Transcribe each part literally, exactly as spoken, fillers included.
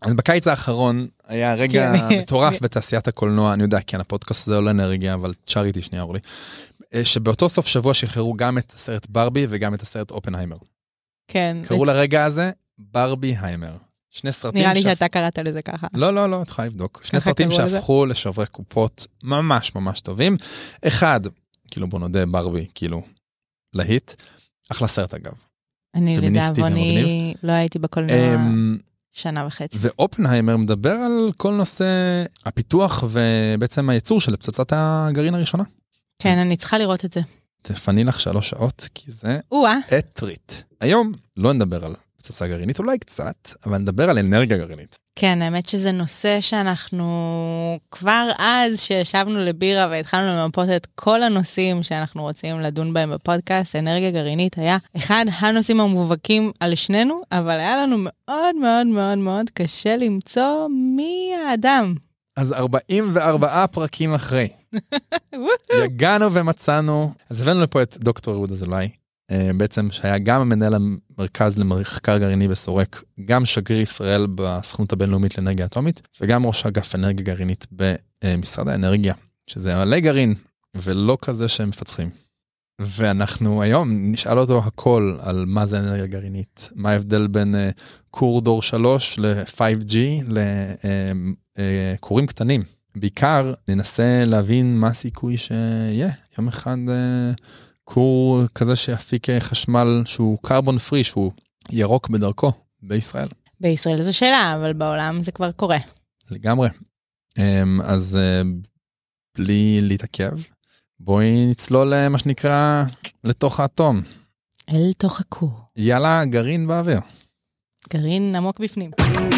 אז בקיץ האחרון היה רגע מטורף בתעשיית הקולנוע, אני יודע, כן, הפודקאסט הזה עולה אנרגיה, אבל תשאר איתי שנייה, אורלי, שבאותו סוף שבוע שחררו גם את הסרט ברבי וגם את הסרט אופנהיימר. כן. קראו לרגע הזה ברבי היימר. שני סרטים... נראה לי שאתה קראת לזה ככה. לא, לא, לא, את יכולה לבדוק. שני סרטים שהפכו לשוברי קופות ממש ממש טובים. אחד, כאילו בוא נודה, ברבי, כאילו, להיט. אחלה סרט אגב. אני לדאבוני לא הייתי בקולנוע שנה וחצי. ואופנהיימר מדבר על כל נושא הפיתוח ובעצם הייצור של פצצת הגרעין הראשונה. כן, אני צריכה לראות את זה. תפני לך שלוש שעות, כי זה אטרית. היום לא נדבר על פצצה גרעינית, אולי קצת, אבל נדבר על אנרגיה גרעינית. כן, האמת שזה נושא שאנחנו כבר אז שישבנו לבירה והתחלנו למפות את כל הנושאים שאנחנו רוצים לדון בהם בפודקאסט, אנרגיה גרעינית היה אחד הנושאים המובהקים על שנינו, אבל היה לנו מאוד מאוד מאוד מאוד קשה למצוא מי האדם. אז ארבעים וארבעה פרקים אחרי. יגענו ומצאנו, אז הבאנו לפה את דוקטור אהוד אזולאי, בעצם שהיה גם מנהל המרכז למחקר גרעיני בסורק, גם שגריר ישראל בסוכנות הבינלאומית לאנרגיה אטומית, וגם ראש אגף אנרגיה גרעינית במשרד האנרגיה, שזה עלי גרעין, ולא כזה שהם מפצחים. ואנחנו היום נשאל אותו הכל על מה זה אנרגיה גרעינית, מה ההבדל בין קור דור שלוש ל-פייב ג'י, לקורים קטנים. בעיקר ננסה להבין מה הסיכוי שיהיה יום אחד קור כזה שיפיק חשמל שהוא קרבון פרי, שהוא ירוק בדרכו בישראל. בישראל זו שאלה, אבל בעולם זה כבר קורה. לגמרי. אז בלי להתעכב, בואי נצלול מה שנקרא לתוך האטום. אל תוך הקור. יאללה, גרעין באוויר. גרעין עמוק בפנים.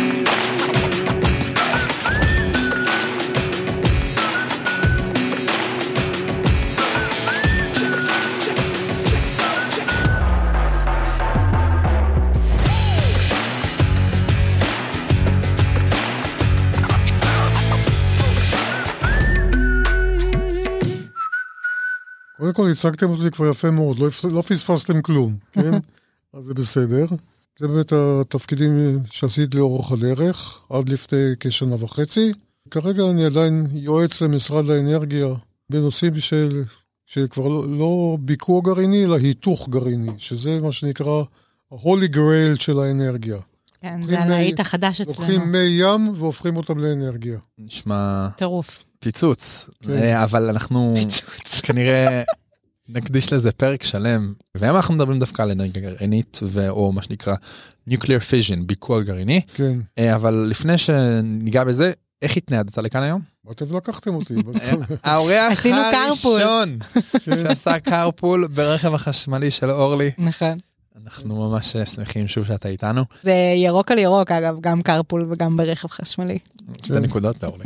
קודם כל, הצגתם אותי כבר יפה מאוד, לא, לא פספסתם כלום, כן? אז זה בסדר. זה באמת התפקידים שעשיתי לאורך הדרך, עד לפני כשנה וחצי. כרגע אני עדיין יועץ למשרד האנרגיה, בנושאים של, שכבר לא, לא ביקור גרעיני, אלא היתוך גרעיני, שזה מה שנקרא ה-Holy Grail של האנרגיה. כן, זה הלהיט החדש אצלנו. לוקחים מי ים והופכים אותם לאנרגיה. נשמע... טירוף. פיצוץ, אבל אנחנו כנראה נקדיש לזה פרק שלם, והיום אנחנו מדברים דווקא על אנרגיה גרעינית, או מה שנקרא Nuclear Fission, ביקוע גרעיני, אבל לפני שניגע בזה, איך התנהדת לכאן היום? אתם לקחתם אותי. האורח הראשון שעשה קרפול ברכב החשמלי של אורלי. נכון. אנחנו ממש שמחים שוב שאתה איתנו. זה ירוק על ירוק, אגב, גם קרפול וגם ברכב חשמלי. שתי נקודות לאורלי.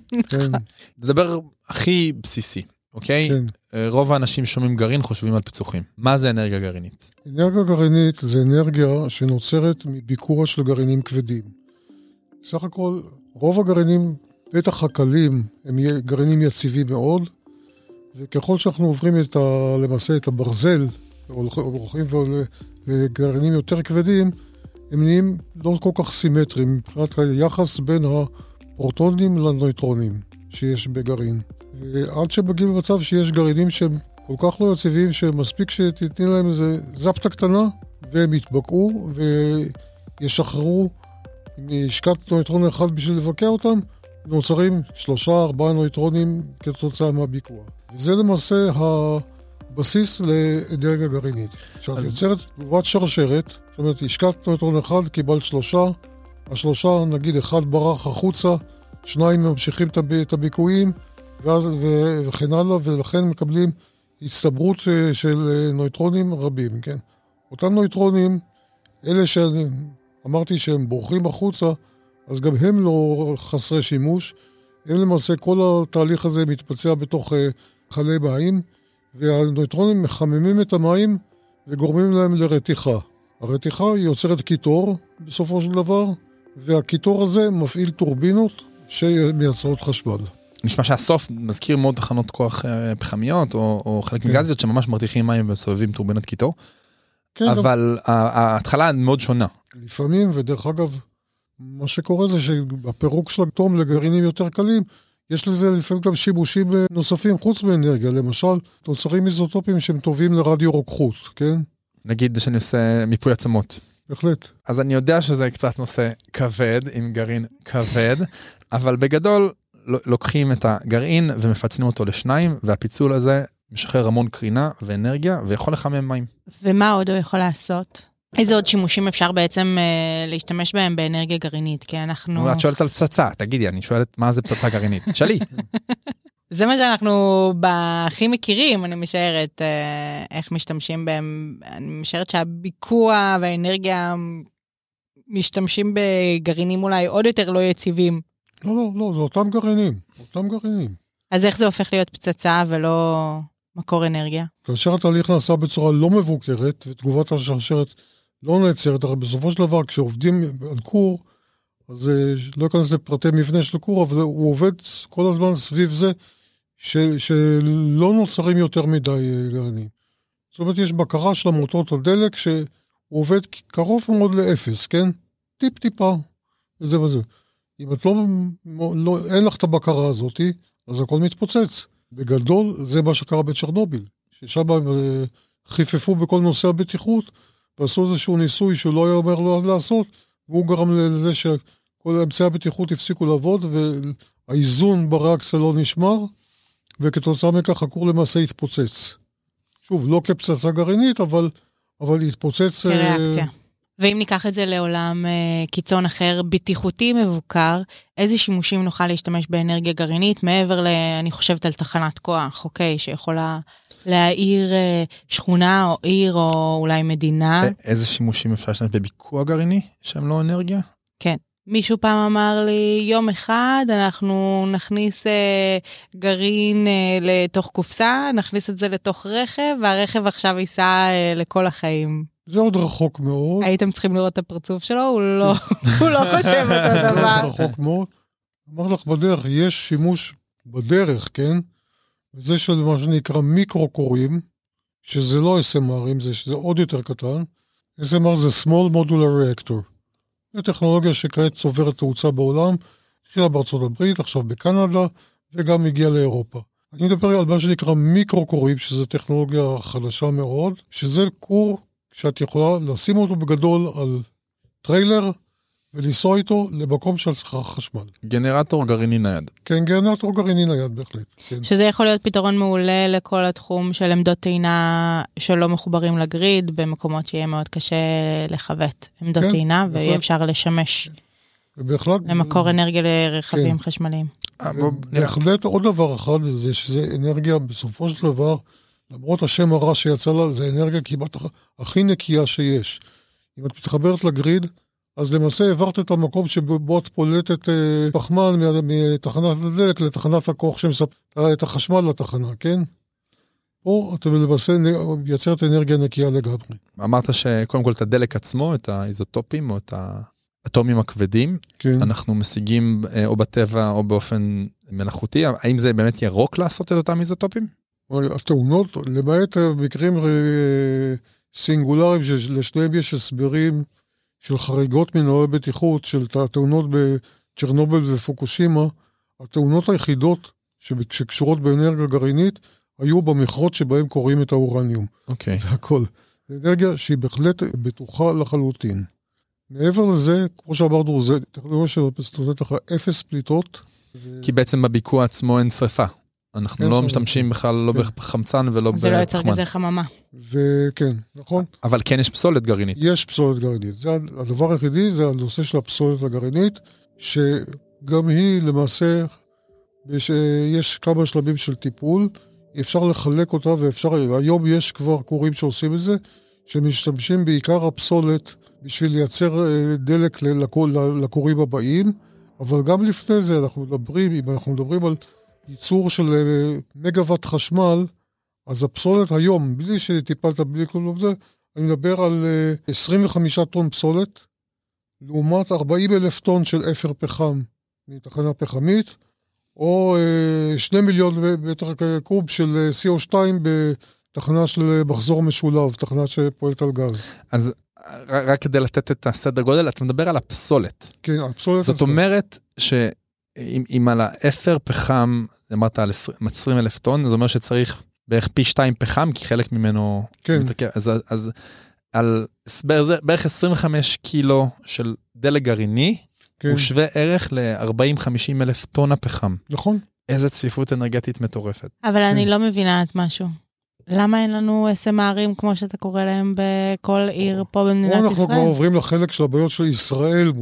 נדבר הכי בסיסי, אוקיי? רוב האנשים שומעים גרעין חושבים על פיצוחים. מה זה אנרגיה גרעינית? אנרגיה גרעינית זה אנרגיה שנוצרת מביקורה של גרעינים כבדים. בסך הכל, רוב הגרעינים, בטח הקלים, הם גרעינים יציבים מאוד, וככל שאנחנו עוברים את ה, למעשה את הברזל, הולכים לגרעינים יותר כבדים, הם נהיים לא כל כך סימטריים, מבחינת היחס בין הפרוטונים לנויטרונים שיש בגרעין. ועד שמגיעים למצב שיש גרעינים שהם כל כך לא יציבים, שמספיק שתתני להם איזה זפטה קטנה, והם יתבקעו וישחררו משקת נויטרון אחד בשביל לבקע אותם, נוצרים שלושה, ארבעה נויטרונים כתוצאה מהביקוע. וזה למעשה הבסיס לאנרגיה גרעינית. כשאת אז... יוצרת תגובת שרשרת, זאת אומרת, השקת נויטרון אחד, קיבלת שלושה, השלושה, נגיד, אחד ברח החוצה, שניים ממשיכים את הביקועים, ואז, ו... וכן הלאה, ולכן מקבלים הצטברות של נויטרונים רבים, כן? אותם נויטרונים, אלה שאמרתי שהם בורחים החוצה, אז גם הם לא חסרי שימוש. הם למעשה, כל התהליך הזה מתבצע בתוך חלי מים, והנויטרונים מחממים את המים וגורמים להם לרתיחה. הרתיחה היא יוצרת קיטור בסופו של דבר, והקיטור הזה מפעיל טורבינות שמייצרות חשמל. נשמע שהסוף מזכיר מאוד תחנות כוח פחמיות, או, או חלק כן. מגזיות שממש מרתיחים מים וסובבים טורבינת קיטור, כן, אבל גם... ההתחלה מאוד שונה. לפעמים, ודרך אגב, מה שקורה זה שבפירוק של אטום לגרעינים יותר קלים, יש לזה לפעמים גם שימושים נוספים חוץ מאנרגיה, למשל, תוצרים איזוטופיים שהם טובים לרדיו רוקחות, כן? נגיד שאני עושה מיפוי עצמות. בהחלט. אז אני יודע שזה קצת נושא כבד, עם גרעין כבד, אבל בגדול לוקחים את הגרעין ומפצלים אותו לשניים, והפיצול הזה משחרר המון קרינה ואנרגיה, ויכול לחמם מים. ומה עוד הוא יכול לעשות? איזה עוד שימושים אפשר בעצם אה, להשתמש בהם באנרגיה גרעינית? כי אנחנו... את שואלת על פצצה, תגידי, אני שואלת מה זה פצצה גרעינית? שלי. זה מה שאנחנו הכי מכירים, אני משערת, אה, איך משתמשים בהם. אני משערת שהביקוע והאנרגיה משתמשים בגרעינים אולי עוד יותר לא יציבים. לא, לא, לא, זה אותם גרעינים, אותם גרעינים. אז איך זה הופך להיות פצצה ולא מקור אנרגיה? כאשר התהליך נעשה בצורה לא מבוקרת, ותגובת השרשרת לא נעצרת, הרי בסופו של דבר, כשעובדים על קור, אז לא יכנס לפרטי מבנה של קור, אבל הוא עובד כל הזמן סביב זה, ש, שלא נוצרים יותר מדי גרעינים. זאת אומרת, יש בקרה של המוטות הדלק, שהוא עובד קרוב מאוד לאפס, כן? טיפ טיפה, וזה וזה. אם את לא, לא, אין לך את הבקרה הזאת, אז הכל מתפוצץ. בגדול, זה מה שקרה בצ'רנוביל, ששם חיפפו בכל נושא הבטיחות, ועשו איזשהו ניסוי שהוא לא היה אומר לו לעשות, והוא גרם לזה שכל אמצעי הבטיחות הפסיקו לעבוד, והאיזון בריאקציה לא נשמר, וכתוצאה מכך הכור למעשה התפוצץ. שוב, לא כפצצה גרעינית, אבל, אבל התפוצץ... כריאקציה. ואם ניקח את זה לעולם אה, קיצון אחר, בטיחותי מבוקר, איזה שימושים נוכל להשתמש באנרגיה גרעינית, מעבר ל... אני חושבת על תחנת כוח, אוקיי, שיכולה להעיר אה, שכונה או עיר או אולי מדינה. איזה שימושים אפשר להשתמש בביקוע גרעיני, שהם לא אנרגיה? כן. מישהו פעם אמר לי, יום אחד אנחנו נכניס אה, גרעין אה, לתוך קופסה, נכניס את זה לתוך רכב, והרכב עכשיו ייסע אה, לכל החיים. זה עוד רחוק מאוד. הייתם צריכים לראות את הפרצוף שלו, הוא לא, הוא לא חושב אותו דבר. זה רחוק מאוד. אמר לך בדרך, יש שימוש בדרך, כן? וזה של מה שנקרא מיקרו-קורים, שזה לא אס אם ארים, זה, שזה עוד יותר קטן. אס אם אר זה Small Modular Reactor. זו טכנולוגיה שכעת צוברת תאוצה בעולם, התחילה בארצות הברית, עכשיו בקנדה, וגם הגיעה לאירופה. אני מדבר על מה שנקרא מיקרו-קורים, שזו טכנולוגיה חדשה מאוד, שזה קור שאת יכולה לשים אותו בגדול על טריילר, ולנסוע איתו למקום של צריכה חשמל. גנרטור גרעיני נייד. כן, גנרטור גרעיני נייד, בהחלט. כן. שזה יכול להיות פתרון מעולה לכל התחום של עמדות טעינה שלא מחוברים לגריד, במקומות שיהיה מאוד קשה לחוות עמדות כן, טעינה, בהחלט. ויהיה אפשר לשמש בהחלט, למקור אנרגיה לרכבים כן. חשמליים. בהחלט עוד דבר אחד, זה שזה אנרגיה בסופו של דבר, למרות השם הרע שיצא לה, זה אנרגיה כמעט הכי נקייה שיש. אם את מתחברת לגריד, אז למעשה העברת את המקום שבו את פולטת אה, פחמן מתחנת הדלק לתחנת הכוח שמספק את החשמל לתחנה, כן? או אתה למעשה מייצרת אנרגיה נקייה לגמרי. אמרת שקודם כל את הדלק עצמו, את האיזוטופים או את האטומים הכבדים, כן. אנחנו משיגים אה, או בטבע או באופן מלאכותי, האם זה באמת ירוק לעשות את אותם איזוטופים? התאונות, למעט מקרים אה, סינגולריים שלשניהם יש הסברים של חריגות מנועי בטיחות, של התאונות בצ'רנוביל ופוקושימה, התאונות היחידות שקשורות באנרגיה גרעינית, היו במכרות שבהם קוראים את האורניום. אוקיי. זה הכל. זה אנרגיה שהיא בהחלט בטוחה לחלוטין. מעבר לזה, כמו שאמרנו, זה טכנולוגיה שנותנת לך אפס פליטות. כי בעצם בביקוע עצמו אין שריפה. אנחנו לא משתמשים בכלל לא בחמצן ולא בפחמן. זה לא יוצר גזי חממה. וכן, נכון. אבל כן יש פסולת גרעינית. יש פסולת גרעינית. זה הדבר היחידי, זה הנושא של הפסולת הגרעינית, שגם היא למעשה, יש כמה שלבים של טיפול, אפשר לחלק אותה, ואפשר, היום יש כבר קוראים שעושים את זה, שמשתמשים בעיקר הפסולת, בשביל לייצר דלק לקוראים הבאים, אבל גם לפני זה אנחנו מדברים, אם אנחנו מדברים על ייצור של מגוואט חשמל, אז הפסולת היום, בלי שטיפלת בלי כלום זה, אני מדבר על עשרים וחמישה טון פסולת, לעומת ארבעים אלף טון של אפר פחם מתחנה פחמית, או שני מיליון מטר קוב של סי או שתיים בתחנה של מחזור משולב, תחנה שפועלת על גז. אז רק כדי לתת את הסדר גודל, אתה מדבר על הפסולת. כן, הפסולת. זאת אומרת שאם על האפר פחם, אמרת על עשרים אלף טון, זה אומר שצריך בערך פי שתיים פחם, כי חלק ממנו... כן. מתעכב. אז, אז על בערך עשרים וחמישה קילו של דלק גרעיני, כן. הוא שווה ערך ל-ארבעים חמישים אלף טון הפחם. נכון. איזה צפיפות אנרגטית מטורפת. אבל כן. אני לא מבינה אז משהו. למה אין לנו אס אם ארים כמו שאתה קורא להם בכל עיר פה במדינת ישראל? אנחנו כבר עוברים לחלק של הבעיות של ישראל,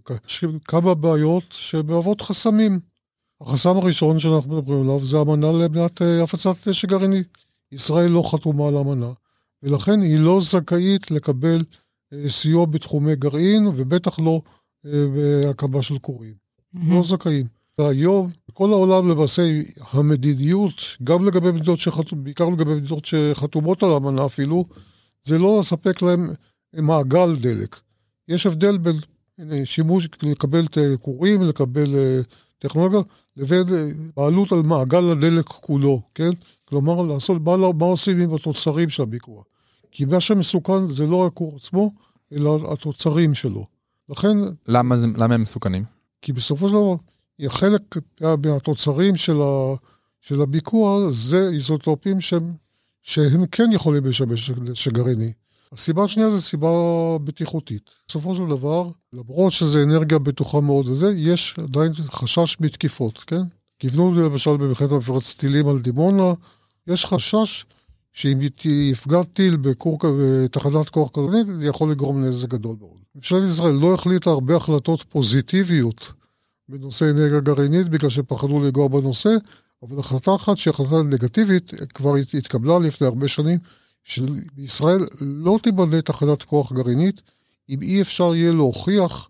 כמה בעיות שמהוות חסמים. החסם הראשון שאנחנו מדברים עליו זה אמנה למניעת הפצת נשק גרעיני. ישראל לא חתומה על אמנה, ולכן היא לא זכאית לקבל סיוע בתחומי גרעין, ובטח לא בהקמה של כורים. לא זכאים. והיום, בכל העולם למעשה, המדיניות, גם לגבי מדינות שחתומות, בעיקר לגבי מדינות שחתומות על אמנה אפילו, זה לא לספק להם מעגל דלק. יש הבדל בין שימוש לקבל כורים, לקבל טכנולוגיה, לבין בעלות על מעגל הדלק כולו, כן? כלומר, לעשות, מה, מה עושים עם התוצרים של הביקוע? כי מה שמסוכן זה לא הכור עצמו, אלא התוצרים שלו. לכן... למה, למה הם מסוכנים? כי בסופו של דבר, חלק מהתוצרים של, ה, של הביקוע זה איזוטופים שהם, שהם כן יכולים לשמש גרעיני. הסיבה השנייה זה סיבה בטיחותית. בסופו של דבר, למרות שזה אנרגיה בטוחה מאוד וזה, יש עדיין חשש מתקיפות, כן? כיוונו למשל במלחמת המפרץ טילים על דימונה, יש חשש שאם יפגע טיל בתחנת כוח גרעינית, זה יכול לגרום נזק גדול מאוד. ממשלת ישראל לא החליטה הרבה החלטות פוזיטיביות בנושא אנרגיה גרעינית, בגלל שפחדו לגוע בנושא, אבל החלטה אחת שהיא החלטה נגטיבית, כבר התקבלה לפני הרבה שנים, שבישראל לא תיבנה תחנת כוח גרעינית, אם אי אפשר יהיה להוכיח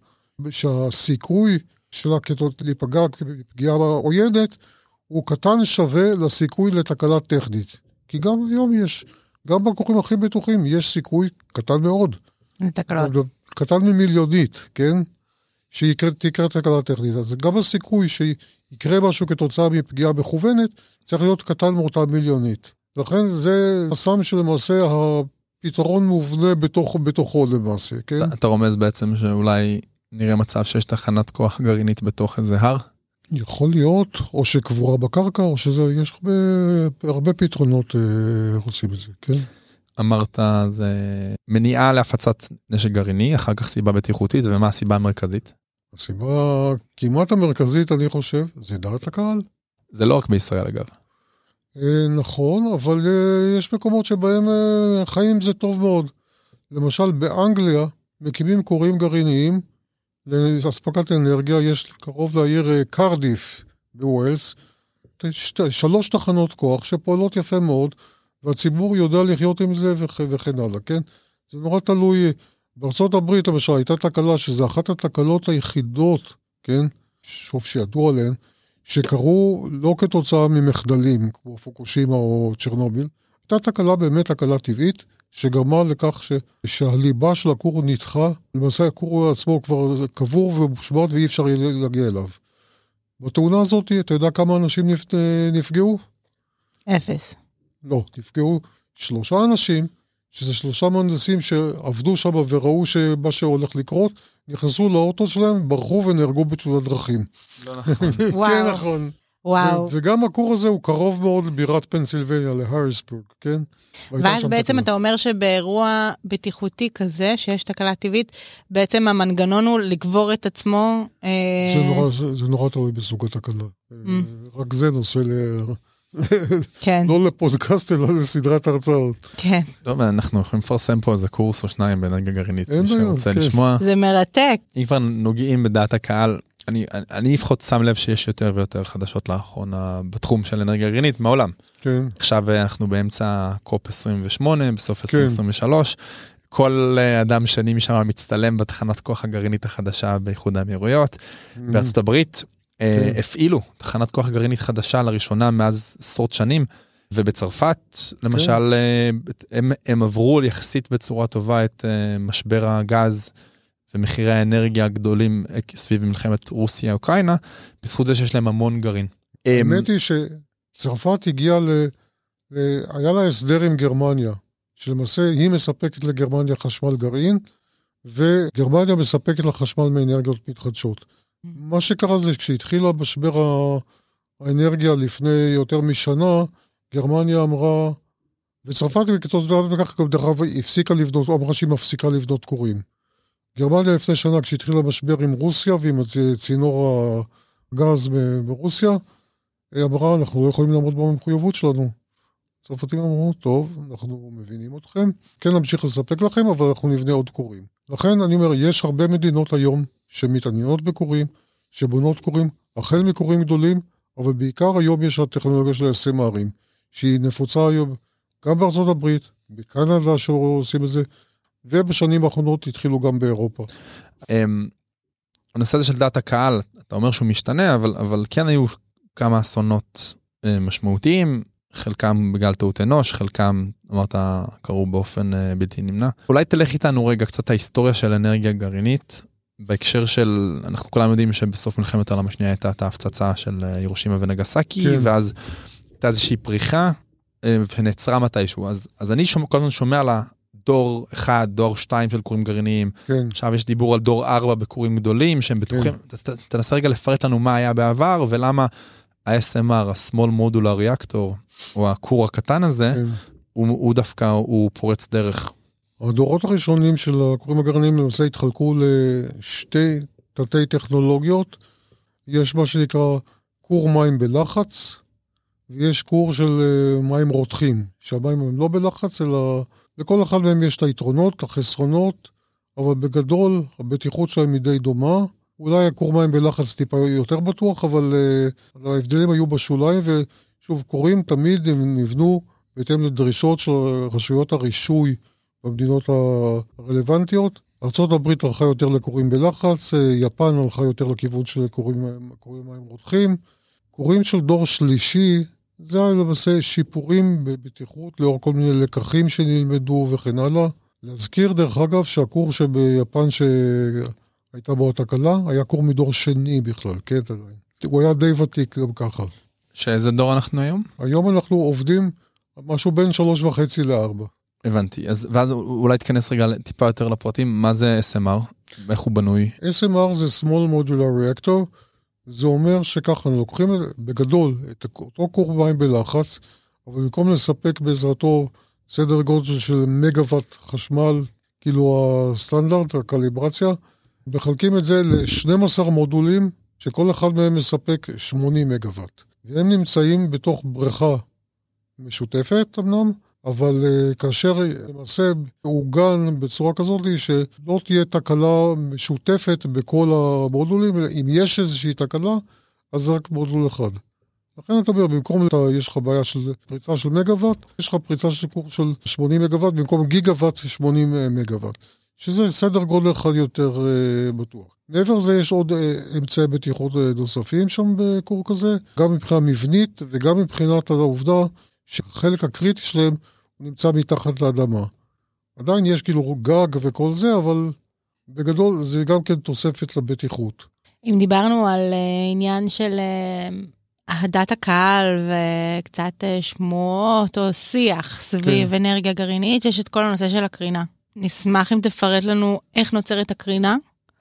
שהסיכוי שלה להיפגע פגיעה עוינת, הוא קטן שווה לסיכוי לתקלה טכנית. כי גם היום יש, גם בכורים הכי בטוחים, יש סיכוי קטן מאוד. לתקלות. קטן ממיליונית, כן? שתקרה תקלה טכנית. אז גם הסיכוי שיקרה משהו כתוצאה מפגיעה מכוונת, צריך להיות קטן מאותה מיליונית. לכן זה חסם שלמעשה הפתרון מובנה בתוך, בתוכו למעשה, כן? אתה רומז בעצם שאולי נראה מצב שיש תחנת כוח גרעינית בתוך איזה הר? יכול להיות, או שקבורה בקרקע, או שזה, יש הרבה, הרבה פתרונות אה, עושים את זה, כן? אמרת, זה מניעה להפצת נשק גרעיני, אחר כך סיבה בטיחותית, ומה הסיבה המרכזית? הסיבה כמעט המרכזית, אני חושב, זה דעת הקהל. זה לא רק בישראל, אגב. אה, נכון, אבל אה, יש מקומות שבהם אה, חיים עם זה טוב מאוד. למשל, באנגליה מקימים כורים גרעיניים, להספקת אנרגיה, יש קרוב לעיר קרדיף בווילס, שלוש תחנות כוח שפועלות יפה מאוד, והציבור יודע לחיות עם זה וכן הלאה, כן? זה נורא תלוי, בארצות הברית, למשל, הייתה תקלה, שזה אחת התקלות היחידות, כן? שוב שידעו עליהן, שקרו לא כתוצאה ממחדלים, כמו פוקושימה או צ'רנוביל, הייתה תקלה באמת תקלה טבעית, שגרמה לכך ש... שהליבה של הכור נדחה, למעשה הכור עצמו כבר קבור ומושמד ואי אפשר להגיע אליו. בתאונה הזאת, אתה יודע כמה אנשים נפ... נפגעו? אפס. לא, נפגעו שלושה אנשים, שזה שלושה מהנדסים שעבדו שם וראו שמה שהולך לקרות, נכנסו לאוטו שלהם, ברחו ונהרגו בתאונת דרכים. לא נכון. כן, נכון. וואו. וגם הכור הזה הוא קרוב מאוד לבירת פנסילבניה, להריסבורג, כן? ואז בעצם אתה אומר שבאירוע בטיחותי כזה, שיש תקלה טבעית, בעצם המנגנון הוא לקבור את עצמו... זה נורא תלוי בסוג התקלה. רק זה נושא ל... לא לפודקאסט, אלא לסדרת הרצאות. כן. טוב, אנחנו יכולים לפרסם פה איזה קורס או שניים באנרגיה גרעינית, מי שרוצה לשמוע. זה מרתק. אם כבר נוגעים בדעת הקהל, אני, אני לפחות שם לב שיש יותר ויותר חדשות לאחרונה בתחום של אנרגיה גרעינית מהעולם. כן. עכשיו אנחנו באמצע קופ עשרים ושמונה, בסוף עשרים עשרים ושלוש. כל אדם שני משם מצטלם בתחנת כוח הגרעינית החדשה באיחוד האמירויות. בארצות הברית הפעילו תחנת כוח גרעינית חדשה לראשונה מאז עשרות שנים, ובצרפת, למשל, הם, הם עברו יחסית בצורה טובה את משבר הגז, ומחירי האנרגיה הגדולים סביב מלחמת רוסיה-אוקראינה, בזכות זה שיש להם המון גרעין. האמת היא שצרפת הגיעה, ל... היה לה הסדר עם גרמניה, שלמעשה היא מספקת לגרמניה חשמל גרעין, וגרמניה מספקת לחשמל מאנרגיות מתחדשות. מה שקרה זה כשהתחיל המשבר האנרגיה לפני יותר משנה, גרמניה אמרה, וצרפת כתוצאה מכך גם דרך אגב הפסיקה לבנות, או אמרה שהיא מפסיקה לבנות כורים. גרמניה לפני שנה כשהתחיל המשבר עם רוסיה ועם צינור הגז ברוסיה, אמרה, אנחנו לא יכולים לעמוד במחויבות שלנו. צרפתים אמרו, טוב, אנחנו מבינים אתכם, כן נמשיך לספק לכם, אבל אנחנו נבנה עוד כורים. לכן אני אומר, יש הרבה מדינות היום שמתעניינות בכורים, שבונות כורים, החל מכורים גדולים, אבל בעיקר היום יש הטכנולוגיה של אס אם ארים, שהיא נפוצה היום גם בארצות הברית, בקנדה שעושים את זה, ובשנים האחרונות התחילו גם באירופה. הנושא הזה של דעת הקהל, אתה אומר שהוא משתנה, אבל, אבל כן היו כמה אסונות משמעותיים, חלקם בגלל טעות אנוש, חלקם, אמרת, קרו באופן בלתי נמנע. אולי תלך איתנו רגע קצת ההיסטוריה של אנרגיה גרעינית, בהקשר של, אנחנו כולם יודעים שבסוף מלחמת העולם השנייה הייתה את ההפצצה של הירושימה ונגסקי, כן. ואז הייתה איזושהי פריחה, ונעצרה מתישהו. אז, אז אני שומע, כל הזמן שומע על דור אחד, דור שתיים של כורים גרעיניים, כן. עכשיו יש דיבור על דור ארבע בכורים גדולים, שהם בטוחים, כן. תנסה רגע לפרט לנו מה היה בעבר, ולמה ה-אס אם אר, ה-Small Modular Reactor, או הכור הקטן הזה, כן. הוא, הוא דווקא, הוא פורץ דרך. הדורות הראשונים של הכורים הגרעיניים למעשה התחלקו לשתי תתי טכנולוגיות. יש מה שנקרא כור מים בלחץ, ויש כור של מים רותחים, שהמים הם לא בלחץ, אלא לכל אחד מהם יש את היתרונות, החסרונות, אבל בגדול הבטיחות שלהם היא די דומה. אולי הכור מים בלחץ טיפה יותר בטוח, אבל uh, ההבדלים היו בשוליים, ושוב, כורים תמיד הם נבנו בהתאם לדרישות של רשויות הרישוי במדינות הרלוונטיות. ארצות הברית הלכה יותר לכורים בלחץ, יפן הלכה יותר לכיוון של כורים מים רותחים. כורים של דור שלישי, זה היה למעשה שיפורים בבטיחות לאור כל מיני לקחים שנלמדו וכן הלאה. להזכיר דרך אגב שהכור שביפן שהייתה בו התקלה, היה כור מדור שני בכלל, כן? הוא היה די ותיק גם ככה. שאיזה דור אנחנו היום? היום אנחנו עובדים משהו בין שלוש וחצי לארבע. הבנתי, אז, ואז אולי תכנס רגע טיפה יותר לפרטים, מה זה אס אם אר? איך הוא בנוי? אס אם אר זה Small Modular Reactor, זה אומר שככה, לוקחים בגדול את אותו כור מים בלחץ, אבל במקום לספק בעזרתו סדר גודל של מגוואט חשמל, כאילו הסטנדרט, הקליברציה, מחלקים את זה ל-שנים עשר מודולים, שכל אחד מהם מספק שמונים מגוואט. והם נמצאים בתוך בריכה משותפת, אמנם, אבל uh, כאשר למעשה עוגן בצורה כזאת שלא תהיה תקלה משותפת בכל המודולים, אם יש איזושהי תקלה, אז זה רק מודול אחד. לכן אתה אומר, במקום אתה, יש לך בעיה של פריצה של מגוואט, יש לך פריצה של קור של שמונים מגוואט, במקום גיגוואט שמונים מגוואט, שזה סדר גודל אחד יותר uh, בטוח. מעבר לזה יש עוד uh, אמצעי בטיחות uh, נוספים שם בקור כזה, גם מבחינה מבנית וגם מבחינת העובדה, שהחלק הקריטי שלהם הוא נמצא מתחת לאדמה. עדיין יש כאילו גג וכל זה, אבל בגדול זה גם כן תוספת לבטיחות. אם דיברנו על uh, עניין של uh, אהדת הקהל וקצת uh, שמועות או שיח סביב כן. אנרגיה גרעינית, יש את כל הנושא של הקרינה. נשמח אם תפרט לנו איך נוצרת הקרינה,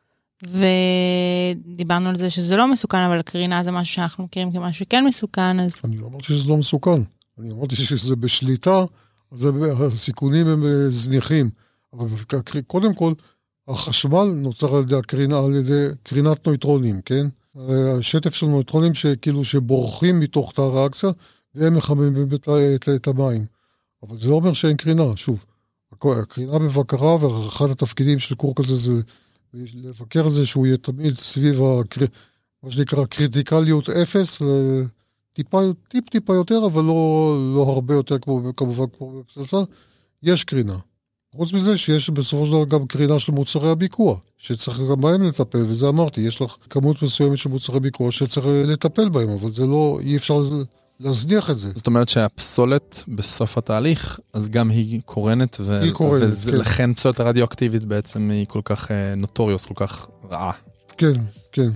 ודיברנו על זה שזה לא מסוכן, אבל הקרינה זה משהו שאנחנו מכירים כמשהו כן מסוכן. אז... אני לא אמרתי שזה לא מסוכן. אני אמרתי שזה בשליטה, אז הסיכונים הם זניחים. אבל קודם כל, החשמל נוצר על ידי הקרינה, על ידי קרינת נויטרונים, כן? השטף של נויטרונים שכאילו שבורחים מתוך תא הריאקציה, והם מחממים את, את המים. אבל זה לא אומר שאין קרינה, שוב. הקרינה בבקרה, ואחד התפקידים של קור כזה זה לבקר את זה שהוא יהיה תמיד סביב הקר... מה שנקרא קריטיקליות אפס, טיפה, טיפ טיפה יותר, אבל לא, לא הרבה יותר כמו, כמובן כמו בפצצה, יש קרינה. חוץ מזה שיש בסופו של דבר גם קרינה של מוצרי הביקוע, שצריך גם בהם לטפל, וזה אמרתי, יש לך כמות מסוימת של מוצרי ביקוע שצריך לטפל בהם, אבל זה לא, אי אפשר להזניח את זה. זאת אומרת שהפסולת בסוף התהליך, אז גם היא קורנת, ו- היא קורנת, ולכן כן. פסולת הרדיואקטיבית בעצם היא כל כך נוטוריוס, כל כך רעה. כן, כן.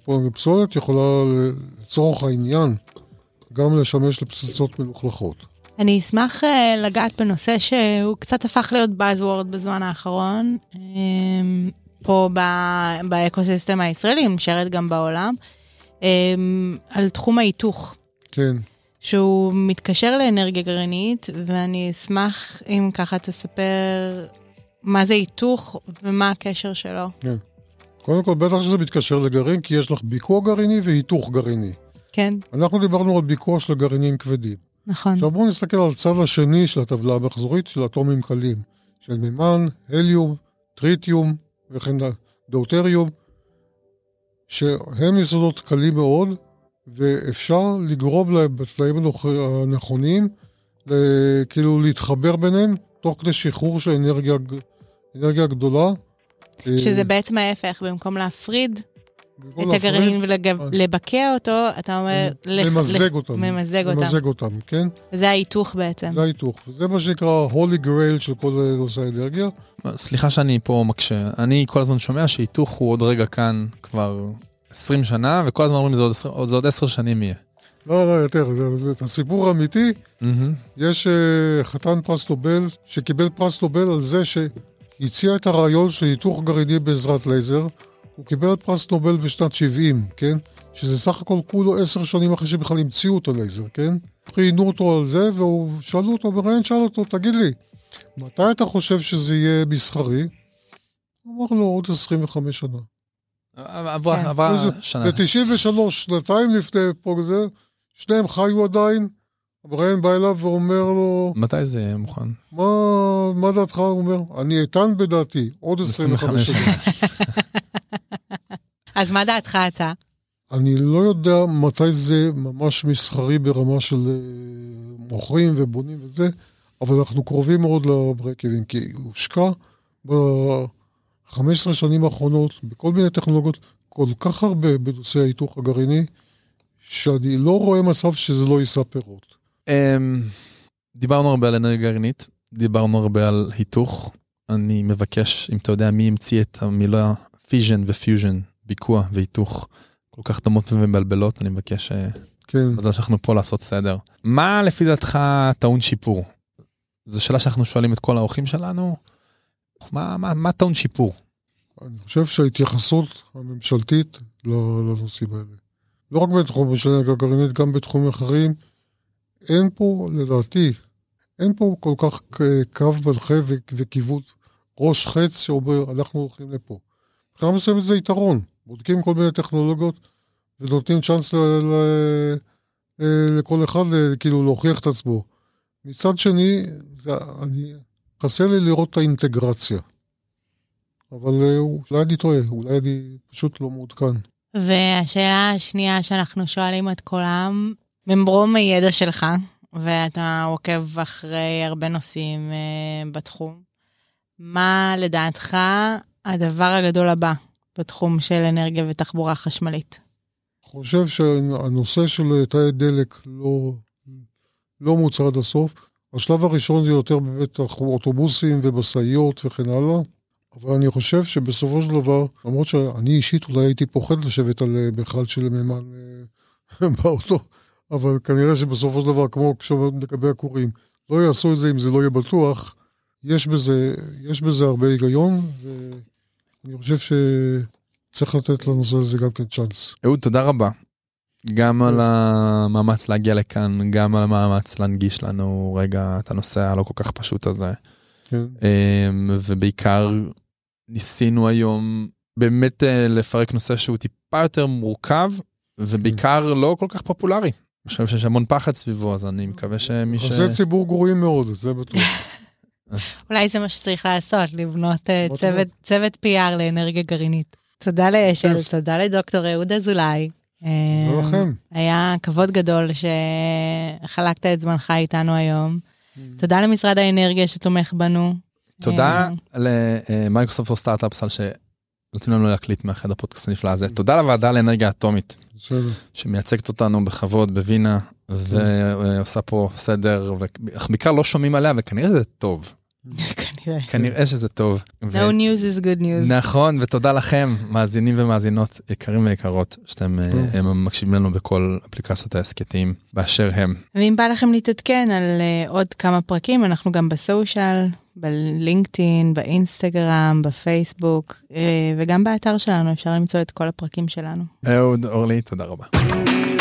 פסולת יכולה לצורך העניין גם לשמש לפצצות מלוכלכות. אני אשמח לגעת בנושא שהוא קצת הפך להיות Buzzword בזמן האחרון, פה באקוסיסטם הישראלי, נשארת גם בעולם, על תחום ההיתוך. כן. שהוא מתקשר לאנרגיה גרעינית, ואני אשמח אם ככה תספר מה זה היתוך ומה הקשר שלו. כן. קודם כל, בטח שזה מתקשר לגרעין, כי יש לך ביקוע גרעיני והיתוך גרעיני. כן. אנחנו דיברנו על ביקוע של גרעינים כבדים. נכון. עכשיו בואו נסתכל על הצד השני של הטבלה המחזורית של אטומים קלים, של מימן, הליום, טריטיום וכן דאוטריום, שהם יסודות קלים מאוד, ואפשר לגרוב להם בתלאים הנכונים, כאילו להתחבר ביניהם, תוך כדי שחרור של אנרגיה, אנרגיה גדולה. שזה בעצם ההפך, במקום להפריד את הגרעין ולבקע אותו, אתה אומר... למזג אותם. ממזג אותם. למזג אותם, כן? וזה ההיתוך בעצם. זה ההיתוך, וזה מה שנקרא Holy Grail של כל נושא האנרגיה. סליחה שאני פה מקשה, אני כל הזמן שומע שההיתוך הוא עוד רגע כאן כבר עשרים שנה, וכל הזמן אומרים זה עוד עשר שנים יהיה. לא, לא, יותר, את הסיפור האמיתי, יש חתן פרס נובל, שקיבל פרס נובל על זה שהציע את הרעיון של היתוך גרעיני בעזרת לייזר, הוא קיבל את פרס נובל בשנת שבעים, כן? שזה סך הכל כולו עשר שנים אחרי שבכלל המציאו את הלייזר, כן? ראיינו אותו על זה, והוא שאלו אותו, בראיין שאל אותו, תגיד לי, מתי אתה חושב שזה יהיה מסחרי? הוא אמר לו, עוד עשרים וחמש שנה. עברה שנה. ב-תשעים ושלוש, שנתיים לפני פה זה, שניהם חיו עדיין, הבראיין בא אליו ואומר לו... מתי זה יהיה מוכן? מה דעתך? הוא אומר, אני איתן בדעתי, עוד עשרים וחמש שנה. אז מה דעתך אתה? אני לא יודע מתי זה ממש מסחרי ברמה של מוכרים ובונים וזה, אבל אנחנו קרובים מאוד לברקבים, כי הוא הושקע ב-חמש עשרה שנים האחרונות, בכל מיני טכנולוגיות, כל כך הרבה בנושא ההיתוך הגרעיני, שאני לא רואה מצב שזה לא יישא פירות. דיברנו הרבה על אנרגיה גרעינית, דיברנו הרבה על היתוך. אני מבקש, אם אתה יודע מי המציא את המילה פיז'ן ופיוז'ן, ביקוע והיתוך, כל כך דמות ומבלבלות, אני מבקש מזל שאנחנו פה לעשות סדר. מה לפי דעתך טעון שיפור? זו שאלה שאנחנו שואלים את כל האורחים שלנו. מה, מה, מה טעון שיפור? אני חושב שההתייחסות הממשלתית לנושאים האלה, לא רק בתחום של אנרגיה גרעינית, גם בתחומים אחרים, אין פה, לדעתי, אין פה כל כך קו מנחה וכיוון ראש חץ שאומר, אנחנו הולכים לפה. אנחנו עושים את זה יתרון, בודקים כל מיני טכנולוגיות, ונותנים צ'אנס ל- ל- ל- לכל אחד, כאילו להוכיח את עצמו. מצד שני, זה, אני, חסר לי לראות את האינטגרציה. אבל אולי אני טועה, אולי אני פשוט לא מעודכן. והשאלה השנייה שאנחנו שואלים את כולם, ממברום הידע שלך, ואתה עוקב אחרי הרבה נושאים uh, בתחום, מה לדעתך הדבר הגדול הבא בתחום של אנרגיה ותחבורה חשמלית? אני חושב שהנושא של תאי דלק לא, לא מוצא עד הסוף. השלב הראשון זה יותר באמת אוטובוסים ובסאיות וכן הלאה, אבל אני חושב שבסופו של דבר, למרות שאני אישית אולי הייתי פוחד לשבת על בכלל של מימן באוטו, אבל כנראה שבסופו של דבר, כמו כשאומרים לגבי הקוראים, לא יעשו את זה אם זה לא יהיה בטוח. יש בזה, יש בזה הרבה היגיון, ואני חושב שצריך לתת לנושא הזה גם כן צ'אנס. אהוד, תודה רבה. גם על המאמץ להגיע לכאן, גם על המאמץ להנגיש לנו רגע את הנושא הלא כל כך פשוט הזה. כן. ובעיקר ניסינו היום באמת לפרק נושא שהוא טיפה יותר מורכב, ובעיקר לא כל כך פופולרי. אני חושב שיש המון פחד סביבו, אז אני מקווה שמי ש... זה ציבור גרועים מאוד, זה בטוח. אולי זה מה שצריך לעשות, לבנות צוות, צוות פי אר לאנרגיה גרעינית. תודה לאשל, תודה לדוקטור אהוד אזולאי. תודה לכם. היה כבוד גדול שחלקת את זמנך איתנו היום. תודה למשרד האנרגיה שתומך בנו. תודה למייקרוסופט פור סטארט-אפס על שנותנים לנו להקליט מאחד הפודקאסט הנפלא הזה. תודה לוועדה לאנרגיה אטומית, שמייצגת אותנו בכבוד, בווינה, ועושה פה סדר, ובעיקר לא שומעים עליה, וכנראה זה טוב. כנראה. כנראה שזה טוב. No news is good news. נכון, ותודה לכם, מאזינים ומאזינות, יקרים ויקרות, שאתם מקשיבים לנו בכל אפליקציות העסקתיים באשר הם. ואם בא לכם להתעדכן על עוד כמה פרקים, אנחנו גם בסושיאל, בלינקדאין, באינסטגרם, בפייסבוק, וגם באתר שלנו אפשר למצוא את כל הפרקים שלנו. אהוד, אורלי, תודה רבה.